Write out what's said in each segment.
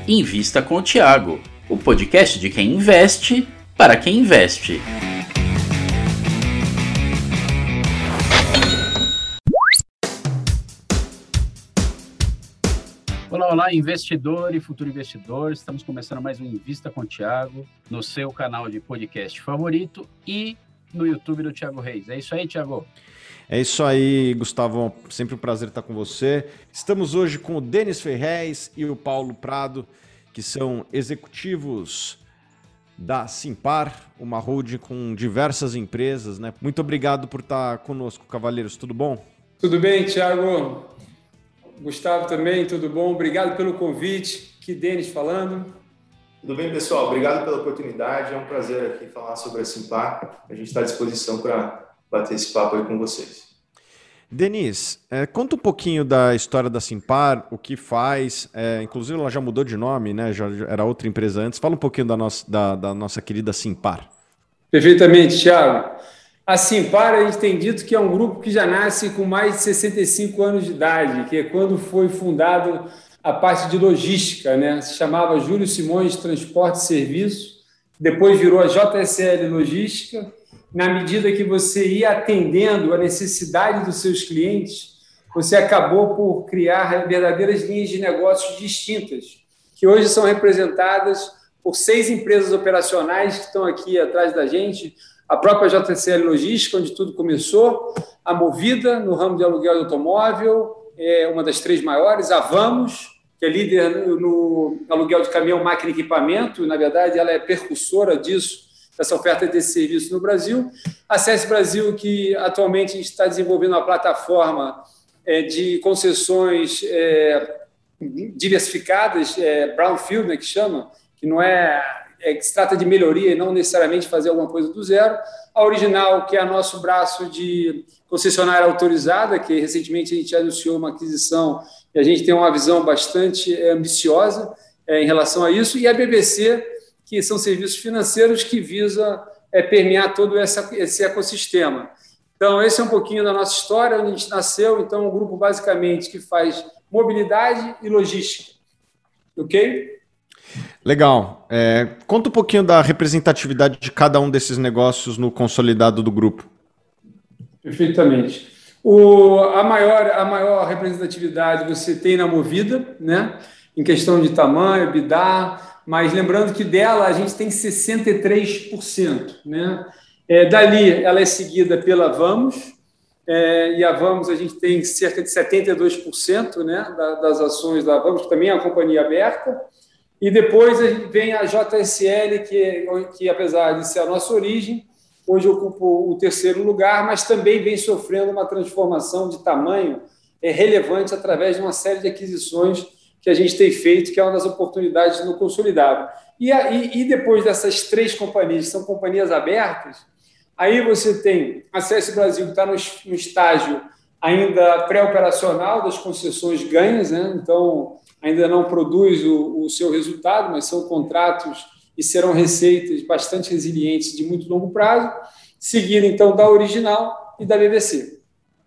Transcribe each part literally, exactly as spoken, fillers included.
Invista com o Thiago, o podcast de quem investe para quem investe. Olá, olá, investidor e futuro investidor. Estamos começando mais um Invista com o Thiago no seu canal de podcast favorito e no YouTube do Thiago Reis. É isso aí, Thiago? É isso aí, Gustavo. Sempre um prazer estar com você. Estamos hoje com o Denis Ferrez e o Paulo Prado, que são executivos da Simpar, uma holding com diversas empresas, né? Muito obrigado por estar conosco, cavalheiros. Tudo bom? Tudo bem, Thiago. Gustavo também, tudo bom? Obrigado pelo convite. Que Denis falando. Tudo bem, pessoal? Obrigado pela oportunidade. É um prazer aqui falar sobre a Simpar. A gente está à disposição para bater esse papo aí com vocês. Denis, é, conta um pouquinho da história da Simpar, o que faz, é, inclusive ela já mudou de nome, né? Já era outra empresa antes. Fala um pouquinho da nossa, da, da nossa querida Simpar. Perfeitamente, Thiago. A Simpar, a gente tem dito que é um grupo que já nasce com mais de sessenta e cinco anos de idade, que é quando foi fundado a parte de logística, né? Se chamava Júlio Simões Transporte e Serviço, depois virou a J S L Logística. Na medida que você ia atendendo a necessidade dos seus clientes, você acabou por criar verdadeiras linhas de negócios distintas, que hoje são representadas por seis empresas operacionais que estão aqui atrás da gente, a própria J S L Logística, onde tudo começou, a Movida, no ramo de aluguel de automóvel, é uma das três maiores, a Vamos, que é líder no, no aluguel de caminhão, máquina e equipamento, na verdade ela é percussora disso, essa oferta desse serviço no Brasil. A C S Brasil, que atualmente a gente está desenvolvendo uma plataforma é, de concessões é, diversificadas, é, brownfield, né, que chama, que não é, é, que se trata de melhoria e não necessariamente fazer alguma coisa do zero. A Original, que é nosso braço de concessionária autorizada, que recentemente a gente anunciou uma aquisição e a gente tem uma visão bastante é, ambiciosa é, em relação a isso. E a B B C, que são serviços financeiros que visam é, permear todo essa, esse ecossistema. Então, esse é um pouquinho da nossa história, onde a gente nasceu. Então, um grupo basicamente que faz mobilidade e logística. Ok? Legal. É, conta um pouquinho da representatividade de cada um desses negócios no consolidado do grupo. Perfeitamente. O, a, maior, a maior representatividade você tem na Movida, né? Em questão de tamanho, EBITDA, mas lembrando que dela a gente tem sessenta e três por cento. Né? É, dali ela é seguida pela Vamos, é, e a Vamos a gente tem cerca de setenta e dois por cento, né, da, das ações da Vamos, que também é uma companhia aberta, e depois a gente vem a J S L, que, que apesar de ser a nossa origem, hoje ocupa o terceiro lugar, mas também vem sofrendo uma transformação de tamanho é, relevante através de uma série de aquisições que a gente tem feito, que é uma das oportunidades no consolidado. E, aí, e depois dessas três companhias, que são companhias abertas, aí você tem a C S Brasil, que está no, no estágio ainda pré-operacional das concessões ganhas, né? Então ainda não produz o, o seu resultado, mas são contratos e serão receitas bastante resilientes de muito longo prazo, seguindo então da Original e da B B C.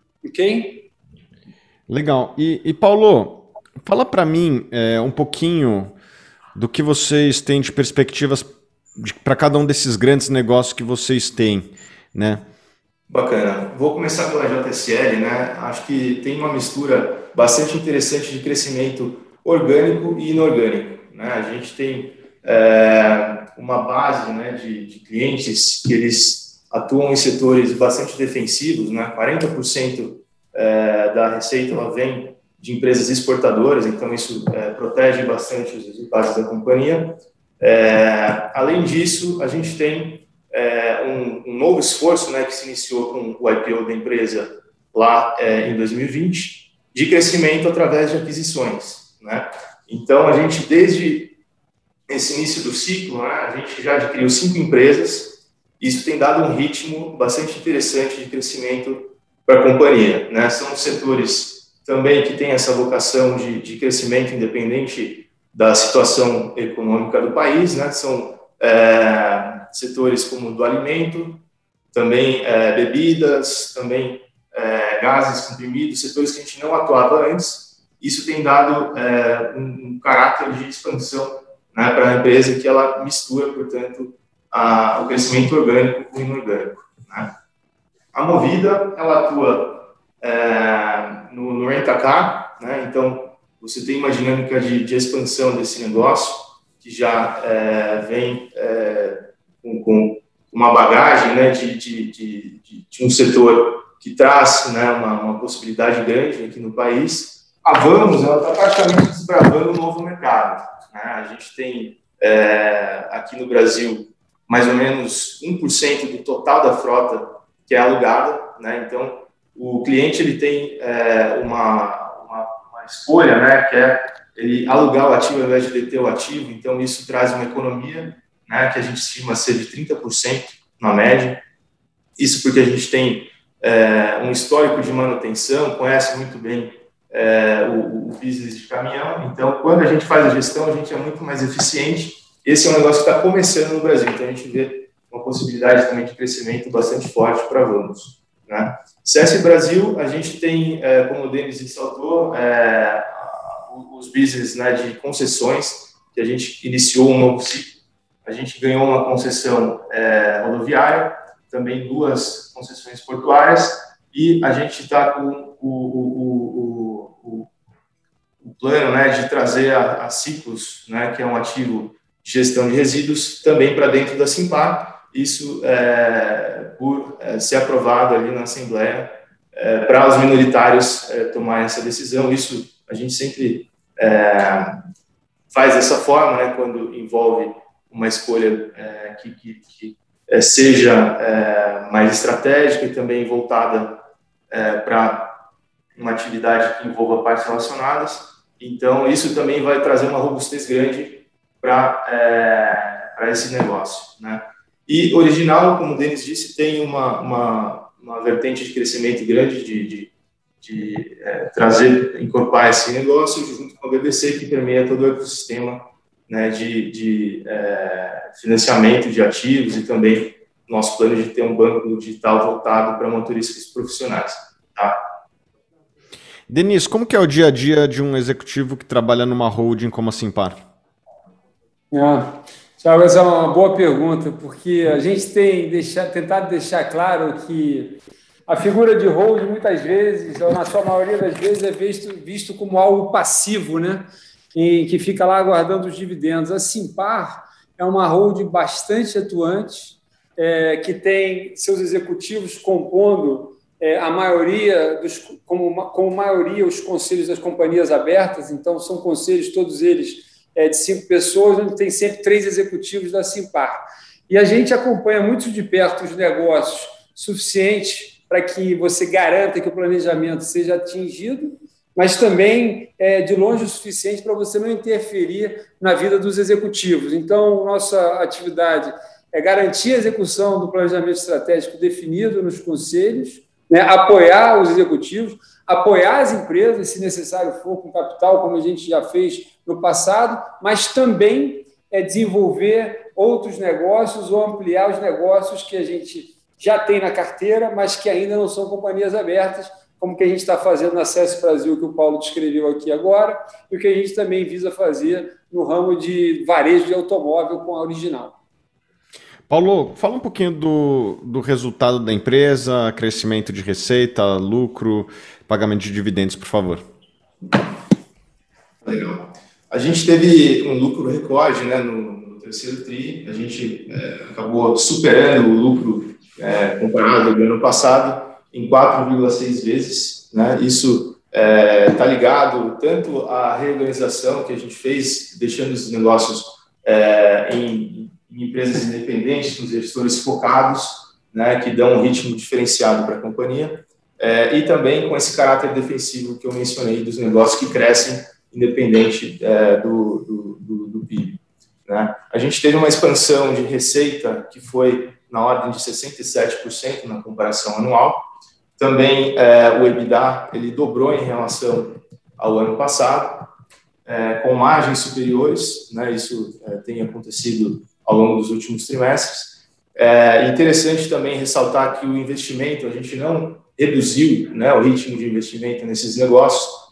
Ok? Legal. E, e Paulo, fala para mim é, um pouquinho do que vocês têm de perspectivas para cada um desses grandes negócios que vocês têm, né? Bacana. Vou começar pela J S L, né? Acho que tem uma mistura bastante interessante de crescimento orgânico e inorgânico, né? A gente tem é, uma base, né, de, de clientes que eles atuam em setores bastante defensivos, né? quarenta por cento é, da receita ela vem de empresas exportadoras, então isso é, protege bastante os resultados da companhia. É, além disso, a gente tem é, um, um novo esforço, né, que se iniciou com o I P O da empresa lá é, em dois mil e vinte, de crescimento através de aquisições, né? Então, a gente, desde esse início do ciclo, né, a gente já adquiriu cinco empresas, isso tem dado um ritmo bastante interessante de crescimento para a companhia, né? São setores também que tem essa vocação de, de crescimento independente da situação econômica do país, né? São é, setores como do alimento, também é, bebidas, também é, gases comprimidos, setores que a gente não atuava antes isso tem dado é, um, um caráter de expansão, né, para a empresa, que ela mistura, portanto, a, o crescimento orgânico com o inorgânico, né. A Movida, ela atua é, no, no rent-a-car, né, então você tem uma dinâmica de, de expansão desse negócio, que já é, vem é, com, com uma bagagem, né, de, de, de, de um setor que traz, né, uma, uma possibilidade grande aqui no país. A Vamos, ela está praticamente desbravando um novo mercado, né? A gente tem é, aqui no Brasil mais ou menos um por cento do total da frota que é alugada, né? Então o cliente ele tem é, uma, uma, uma escolha, né, que é ele alugar o ativo ao invés de deter o ativo. Então isso traz uma economia, né, que a gente estima ser de trinta por cento na média. Isso porque a gente tem é, um histórico de manutenção, conhece muito bem é, o, o business de caminhão. Então, quando a gente faz a gestão, a gente é muito mais eficiente. Esse é um negócio que está começando no Brasil. Então, a gente vê uma possibilidade também de crescimento bastante forte para Vamos, né? C S Brasil, a gente tem, é, como o Denis ressaltou, é, os business, né, de concessões, que a gente iniciou um novo ciclo. A gente ganhou uma concessão é, rodoviária, também duas concessões portuárias, e a gente está com o, o, o, o, o plano, né, de trazer a, a Ciclus, né, que é um ativo de gestão de resíduos, também para dentro da Simpar. Isso é, por é, ser aprovado ali na Assembleia, é, para os minoritários é, tomarem essa decisão. Isso a gente sempre é, faz dessa forma, né, quando envolve uma escolha é, que, que, que é, seja é, mais estratégica e também voltada é, para uma atividade que envolva partes relacionadas. Então, isso também vai trazer uma robustez grande para é, para esse negócio, né? E Original, como o Denis disse, tem uma, uma, uma vertente de crescimento grande de, de, de é, trazer, incorporar esse negócio junto com a B B C, que permeia todo o ecossistema, né, de, de é, financiamento de ativos, e também nosso plano de ter um banco digital voltado para motoristas profissionais. Tá? Denis, como que é o dia a dia de um executivo que trabalha numa holding como a Simpar? Ah, Thiago, essa é uma boa pergunta, porque a gente tem deixar, tentado deixar claro que a figura de holding, muitas vezes, ou na sua maioria das vezes, é visto, visto como algo passivo, né? E que fica lá aguardando os dividendos. A Simpar é uma holding bastante atuante, é, que tem seus executivos compondo é, a maioria, dos, como, como maioria, os conselhos das companhias abertas. Então, são conselhos, todos eles, é, de cinco pessoas, onde tem sempre três executivos da Simpar. E a gente acompanha muito de perto os negócios suficientes para que você garanta que o planejamento seja atingido, mas também é de longe o suficiente para você não interferir na vida dos executivos. Então, nossa atividade é garantir a execução do planejamento estratégico definido nos conselhos, né, apoiar os executivos, apoiar as empresas, se necessário for, com capital, como a gente já fez no passado, mas também é desenvolver outros negócios ou ampliar os negócios que a gente já tem na carteira, mas que ainda não são companhias abertas, como que a gente está fazendo na C S Brasil, que o Paulo descreveu aqui agora, e o que a gente também visa fazer no ramo de varejo de automóvel com a Original. Paulo, fala um pouquinho do, do resultado da empresa, crescimento de receita, lucro, pagamento de dividendos, por favor. Legal. A gente teve um lucro recorde, né, no, no terceiro tri. A gente é, acabou superando o lucro é, comparado ao ano passado em quatro vírgula seis vezes, né? Isso está é, ligado tanto à reorganização que a gente fez, deixando os negócios é, em, em empresas independentes, com gestores focados, né, que dão um ritmo diferenciado para a companhia, é, e também com esse caráter defensivo que eu mencionei dos negócios que crescem independente é, do, do, do, do P I B. Né? A gente teve uma expansão de receita que foi na ordem de sessenta e sete por cento na comparação anual. Também é, o EBITDA ele dobrou em relação ao ano passado, é, com margens superiores, né? Isso é, tem acontecido ao longo dos últimos trimestres. É interessante também ressaltar que o investimento, a gente não reduziu, né, o ritmo de investimento nesses negócios,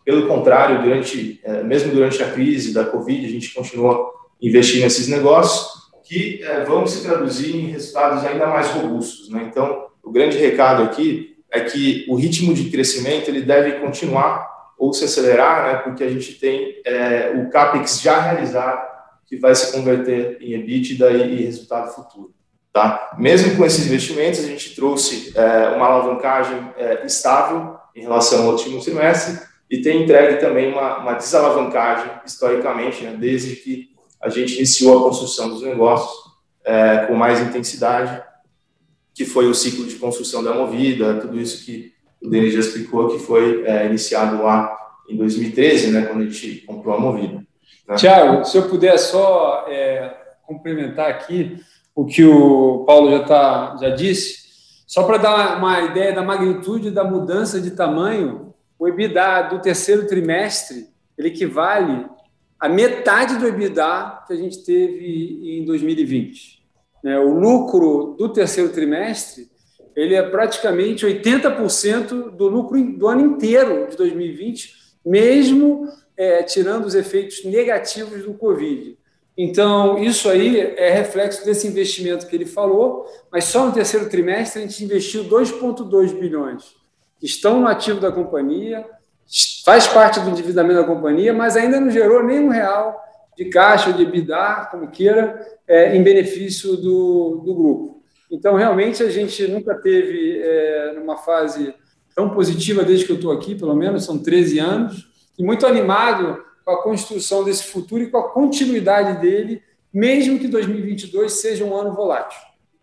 Pelo contrário, durante, é, mesmo durante a crise da Covid, a gente continuou investindo nesses negócios que é, vão se traduzir em resultados ainda mais robustos, né? Então, o grande recado aqui é que o ritmo de crescimento ele deve continuar ou se acelerar, né? Porque a gente tem é, o CAPEX já realizado que vai se converter em EBITDA e, e resultado futuro. Tá? Mesmo com esses investimentos, a gente trouxe é, uma alavancagem é, estável em relação ao último trimestre e tem entregue também uma, uma desalavancagem historicamente, né, desde que a gente iniciou a construção dos negócios é, com mais intensidade, que foi o ciclo de construção da Movida, tudo isso que o Denis já explicou, que foi é, iniciado lá em dois mil e treze, né, quando a gente comprou a Movida. Né? Tiago, se eu puder só é, complementar aqui o que o Paulo já, tá, já disse, só para dar uma ideia da magnitude da mudança de tamanho, o EBITDA do terceiro trimestre ele equivale à metade do EBITDA que a gente teve em dois mil e vinte. Né? O lucro do terceiro trimestre ele é praticamente oitenta por cento do lucro do ano inteiro de dois mil e vinte, mesmo é, tirando os efeitos negativos do Covid. Então, isso aí é reflexo desse investimento que ele falou, mas só no terceiro trimestre a gente investiu dois vírgula dois bilhões, que estão no ativo da companhia, faz parte do endividamento da companhia, mas ainda não gerou nenhum real de caixa, de EBITDA, como queira, é, em benefício do, do grupo. Então, realmente, a gente nunca teve é, numa fase tão positiva desde que eu estou aqui, pelo menos, são treze anos, e muito animado com a construção desse futuro e com a continuidade dele, mesmo que dois mil e vinte e dois seja um ano volátil.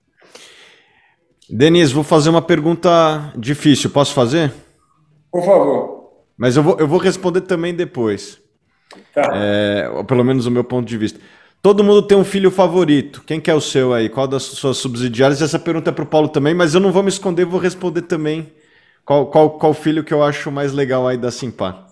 Denis, vou fazer uma pergunta difícil. Posso fazer? Por favor. Mas eu vou, eu vou responder também depois. Tá. É, pelo menos o meu ponto de vista. Todo mundo tem um filho favorito. Quem que é o seu aí? Qual das suas subsidiárias? Essa pergunta é para o Paulo também, mas eu não vou me esconder, vou responder também. Qual, qual, qual filho que eu acho mais legal aí da Simpar?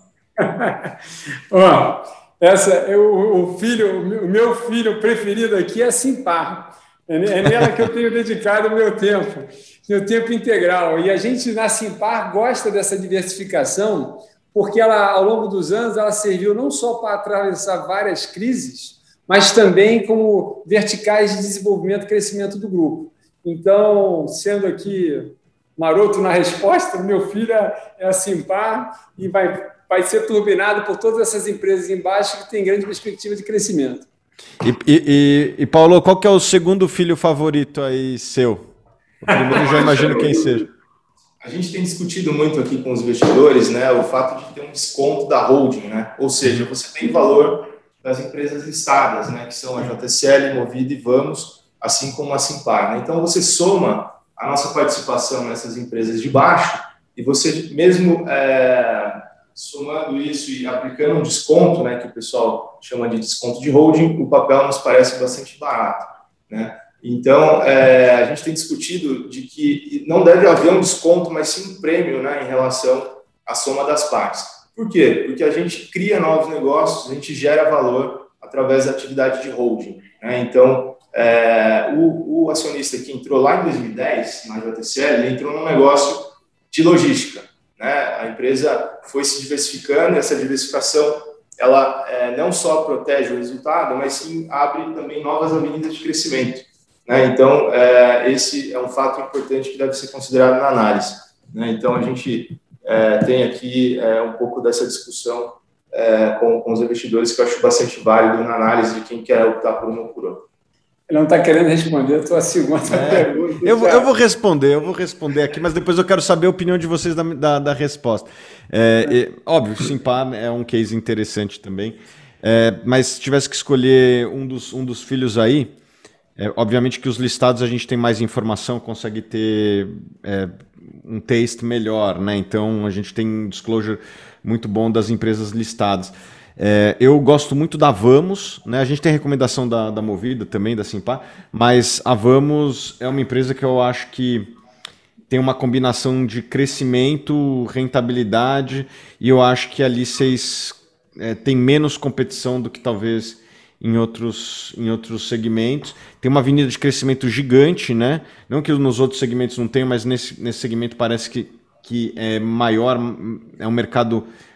Ó, essa, eu, o, filho, o meu filho preferido aqui é a Simpar. É nela que eu tenho dedicado o meu tempo, meu tempo integral. E a gente, na Simpar, gosta dessa diversificação, porque ela, ao longo dos anos, ela serviu não só para atravessar várias crises, mas também como verticais de desenvolvimento e crescimento do grupo. Então, sendo aqui maroto na resposta, o meu filho é a Simpar e vai... vai ser turbinado por todas essas empresas embaixo que têm grande perspectiva de crescimento. E, e, e, e Paulo, qual que é o segundo filho favorito aí seu? O primeiro já imagino quem seja. A gente tem discutido muito aqui com os investidores, né, o fato de ter um desconto da holding, né? Ou seja, você tem valor das empresas listadas, né, que são a J S L, Movida e Vamos, assim como a Simpar, né? Então você soma a nossa participação nessas empresas de baixo e você mesmo é, somando isso e aplicando um desconto, né, que o pessoal chama de desconto de holding, o papel nos parece bastante barato, né? Então, é, a gente tem discutido de que não deve haver um desconto, mas sim um prêmio, né, em relação à soma das partes. Por quê? Porque a gente cria novos negócios, a gente gera valor através da atividade de holding, né? Então, é, o, o acionista que entrou lá em dois mil e dez, na J S L, ele entrou num negócio de logística, né? A empresa foi se diversificando, e essa diversificação ela é, não só protege o resultado, mas sim abre também novas avenidas de crescimento, né? Então, é, esse é um fato importante que deve ser considerado na análise, né? Então, a gente é, tem aqui é, um pouco dessa discussão é, com, com os investidores que eu acho bastante válido na análise de quem quer optar por uma ou por outra. Ele não está querendo responder a tua segunda é, pergunta. Eu vou, eu vou responder, eu vou responder aqui, mas depois eu quero saber a opinião de vocês da, da, da resposta. É, é, óbvio, Simpar é um case interessante também, é, mas se tivesse que escolher um dos, um dos filhos aí, é, obviamente que os listados a gente tem mais informação, consegue ter é, um taste melhor, né? Então a gente tem um disclosure muito bom das empresas listadas. É, eu gosto muito da Vamos, né? A gente tem recomendação da, da Movida também, da Simpar, mas a Vamos é uma empresa que eu acho que tem uma combinação de crescimento, rentabilidade, e eu acho que ali vocês é, tem menos competição do que talvez em outros, em outros segmentos. Tem uma avenida de crescimento gigante, né? Não que nos outros segmentos não tenham, mas nesse, nesse segmento parece que, que é maior, é um mercado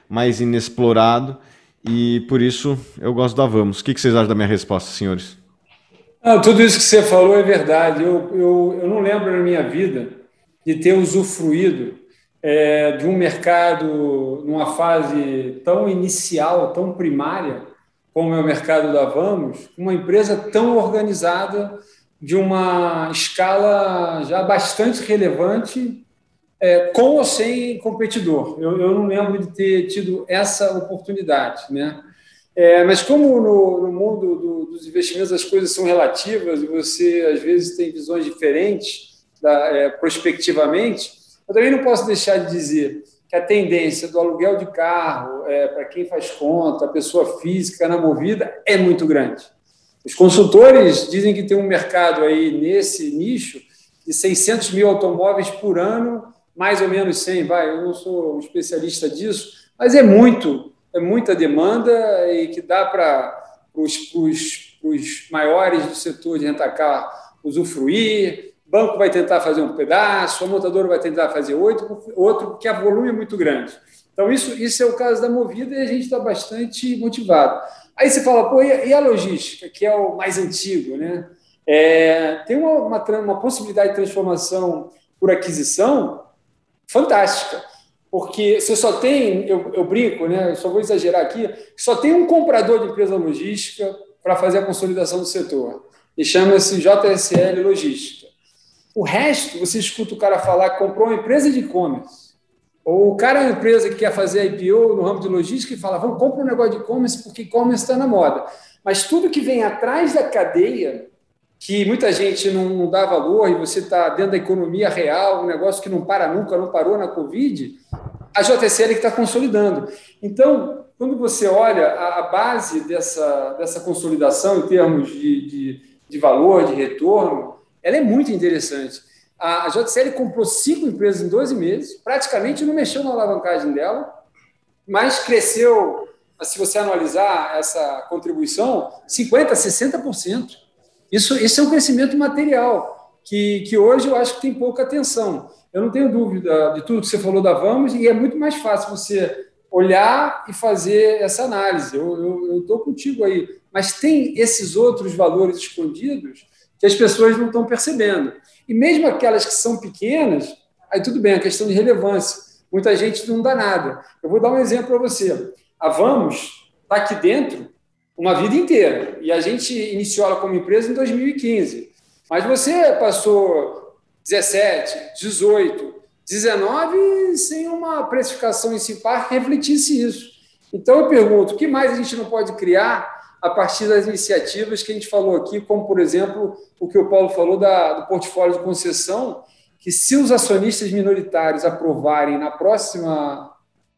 mais inexplorado, e por isso eu gosto da Vamos. O que vocês acham da minha resposta, senhores? Não, tudo isso que você falou é verdade. Eu, eu, eu não lembro na minha vida de ter usufruído é, de um mercado numa fase tão inicial, tão primária, como é o mercado da Vamos, uma empresa tão organizada, de uma escala já bastante relevante, é, com ou sem competidor. Eu, eu não lembro de ter tido essa oportunidade, né? É, mas como no, no mundo do, dos investimentos as coisas são relativas e você, às vezes, tem visões diferentes da, é, prospectivamente, eu também não posso deixar de dizer que a tendência do aluguel de carro, é, para quem faz conta, a pessoa física na Movida, é muito grande. Os consultores dizem que tem um mercado aí nesse nicho de seiscentos mil automóveis por ano, mais ou menos cem, vai, eu não sou um especialista disso, mas é muito, é muita demanda e que dá para os maiores do setor de rentacar usufruir, o banco vai tentar fazer um pedaço, a montadora vai tentar fazer outro, outro porque o volume é muito grande. Então, isso, isso é o caso da Movida e a gente está bastante motivado. Aí você fala, pô, e a logística, que é o mais antigo, né? É, tem uma, uma, uma possibilidade de transformação por aquisição fantástica, porque você só tem, eu, eu brinco, né? Eu só vou exagerar aqui, só tem um comprador de empresa logística para fazer a consolidação do setor, e chama-se J S L Logística. O resto, você escuta o cara falar que comprou uma empresa de e-commerce, ou o cara é uma empresa que quer fazer I P O no ramo de logística e fala, vamos, compra um negócio de e-commerce porque e-commerce está na moda. Mas tudo que vem atrás da cadeia, que muita gente não, não dá valor, e você está dentro da economia real, um negócio que não para nunca, não parou na Covid, a J S L que está consolidando. Então, quando você olha a, a base dessa, dessa consolidação em termos de, de, de valor, de retorno, ela é muito interessante. A J S L comprou cinco empresas em doze meses, praticamente não mexeu na alavancagem dela, mas cresceu, se você analisar essa contribuição, cinquenta por cento, sessenta por cento. Isso, isso é um crescimento material, que, que hoje eu acho que tem pouca atenção. Eu não tenho dúvida de tudo que você falou da Vamos, e é muito mais fácil você olhar e fazer essa análise. Eu estou contigo aí. Mas tem esses outros valores escondidos que as pessoas não estão percebendo. E mesmo aquelas que são pequenas, aí tudo bem, a questão de relevância. Muita gente não dá nada. Eu vou dar um exemplo para você. A Vamos está aqui dentro uma vida inteira. E a gente iniciou ela como empresa em dois mil e quinze. Mas você passou dezessete, dezoito, dezenove sem uma precificação em Simpar que refletisse isso. Então eu pergunto, o que mais a gente não pode criar a partir das iniciativas que a gente falou aqui, como, por exemplo, o que o Paulo falou da, do portfólio de concessão, que se os acionistas minoritários aprovarem na próxima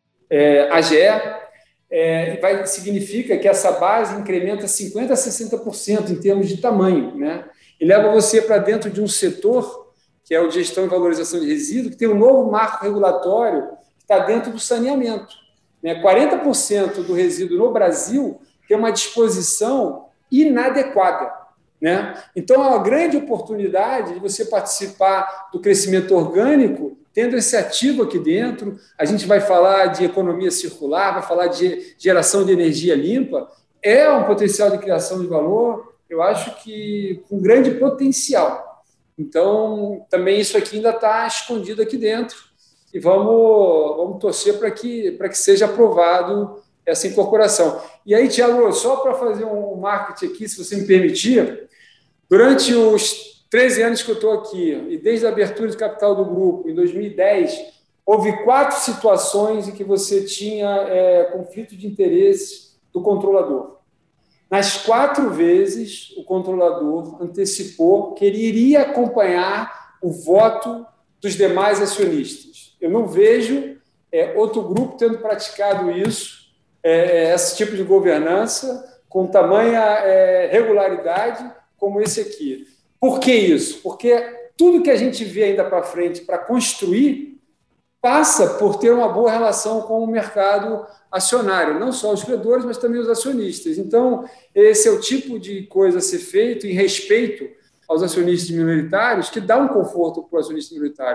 é, A G E, é, vai, significa que essa base incrementa cinquenta por cento a sessenta por cento em termos de tamanho, né? E leva você para dentro de um setor, que é o de gestão e valorização de resíduos, que tem um novo marco regulatório que está dentro do saneamento. Né? quarenta por cento do resíduo no Brasil tem uma disposição inadequada. Né? Então, é uma grande oportunidade de você participar do crescimento orgânico, tendo esse ativo aqui dentro. A gente vai falar de economia circular, vai falar de geração de energia limpa. É um potencial de criação de valor, eu acho que com grande potencial. Então, também isso aqui ainda está escondido aqui dentro e vamos, vamos torcer para que, para que seja aprovado essa incorporação. E aí, Tiago, só para fazer um marketing aqui, se você me permitir, durante os treze anos que eu estou aqui, e desde a abertura de capital do grupo, em dois mil e dez, houve quatro situações em que você tinha é, conflito de interesses do controlador. Nas quatro vezes, o controlador antecipou que ele iria acompanhar o voto dos demais acionistas. Eu não vejo é, outro grupo tendo praticado isso, é, esse tipo de governança, com tamanha é, regularidade como esse aqui. Por que isso? Porque tudo que a gente vê ainda para frente para construir passa por ter uma boa relação com o mercado acionário, não só os credores, mas também os acionistas. Então, esse é o tipo de coisa a ser feito em respeito aos acionistas minoritários, que dá um conforto para o acionista minoritário.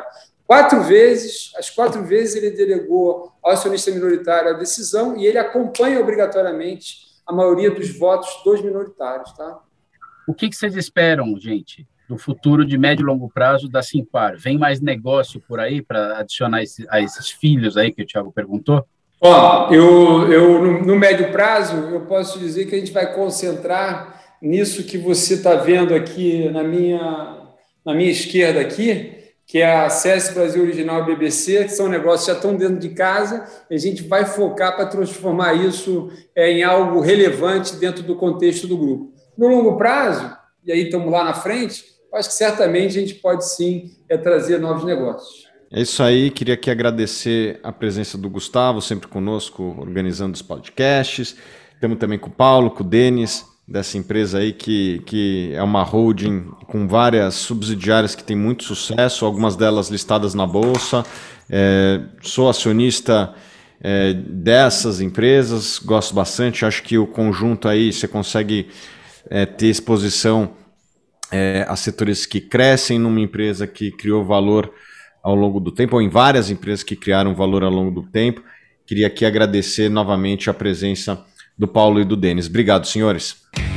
Quatro vezes, as quatro vezes ele delegou ao acionista minoritário a decisão e ele acompanha obrigatoriamente a maioria dos votos dos minoritários. Tá? O que, que vocês esperam, gente, do futuro de médio e longo prazo da Simpar? Vem mais negócio por aí para adicionar esse, a esses filhos aí que o Thiago perguntou? Ó, eu, eu no, no médio prazo, eu posso dizer que a gente vai concentrar nisso que você está vendo aqui na minha, na minha esquerda aqui, que é a C S Brasil Original e B B C, que são negócios que já estão dentro de casa, e a gente vai focar para transformar isso é, em algo relevante dentro do contexto do grupo. No longo prazo, e aí estamos lá na frente, acho que certamente a gente pode sim é, trazer novos negócios. É isso aí, queria aqui agradecer a presença do Gustavo, sempre conosco, organizando os podcasts. Temos também com o Paulo, com o Denis, dessa empresa aí que, que é uma holding com várias subsidiárias que tem muito sucesso, algumas delas listadas na Bolsa. É, sou acionista é, dessas empresas, gosto bastante, acho que o conjunto aí você consegue é, ter exposição é, a setores que crescem numa empresa que criou valor ao longo do tempo, ou em várias empresas que criaram valor ao longo do tempo. Queria aqui agradecer novamente a presença do Paulo e do Denis. Obrigado, senhores.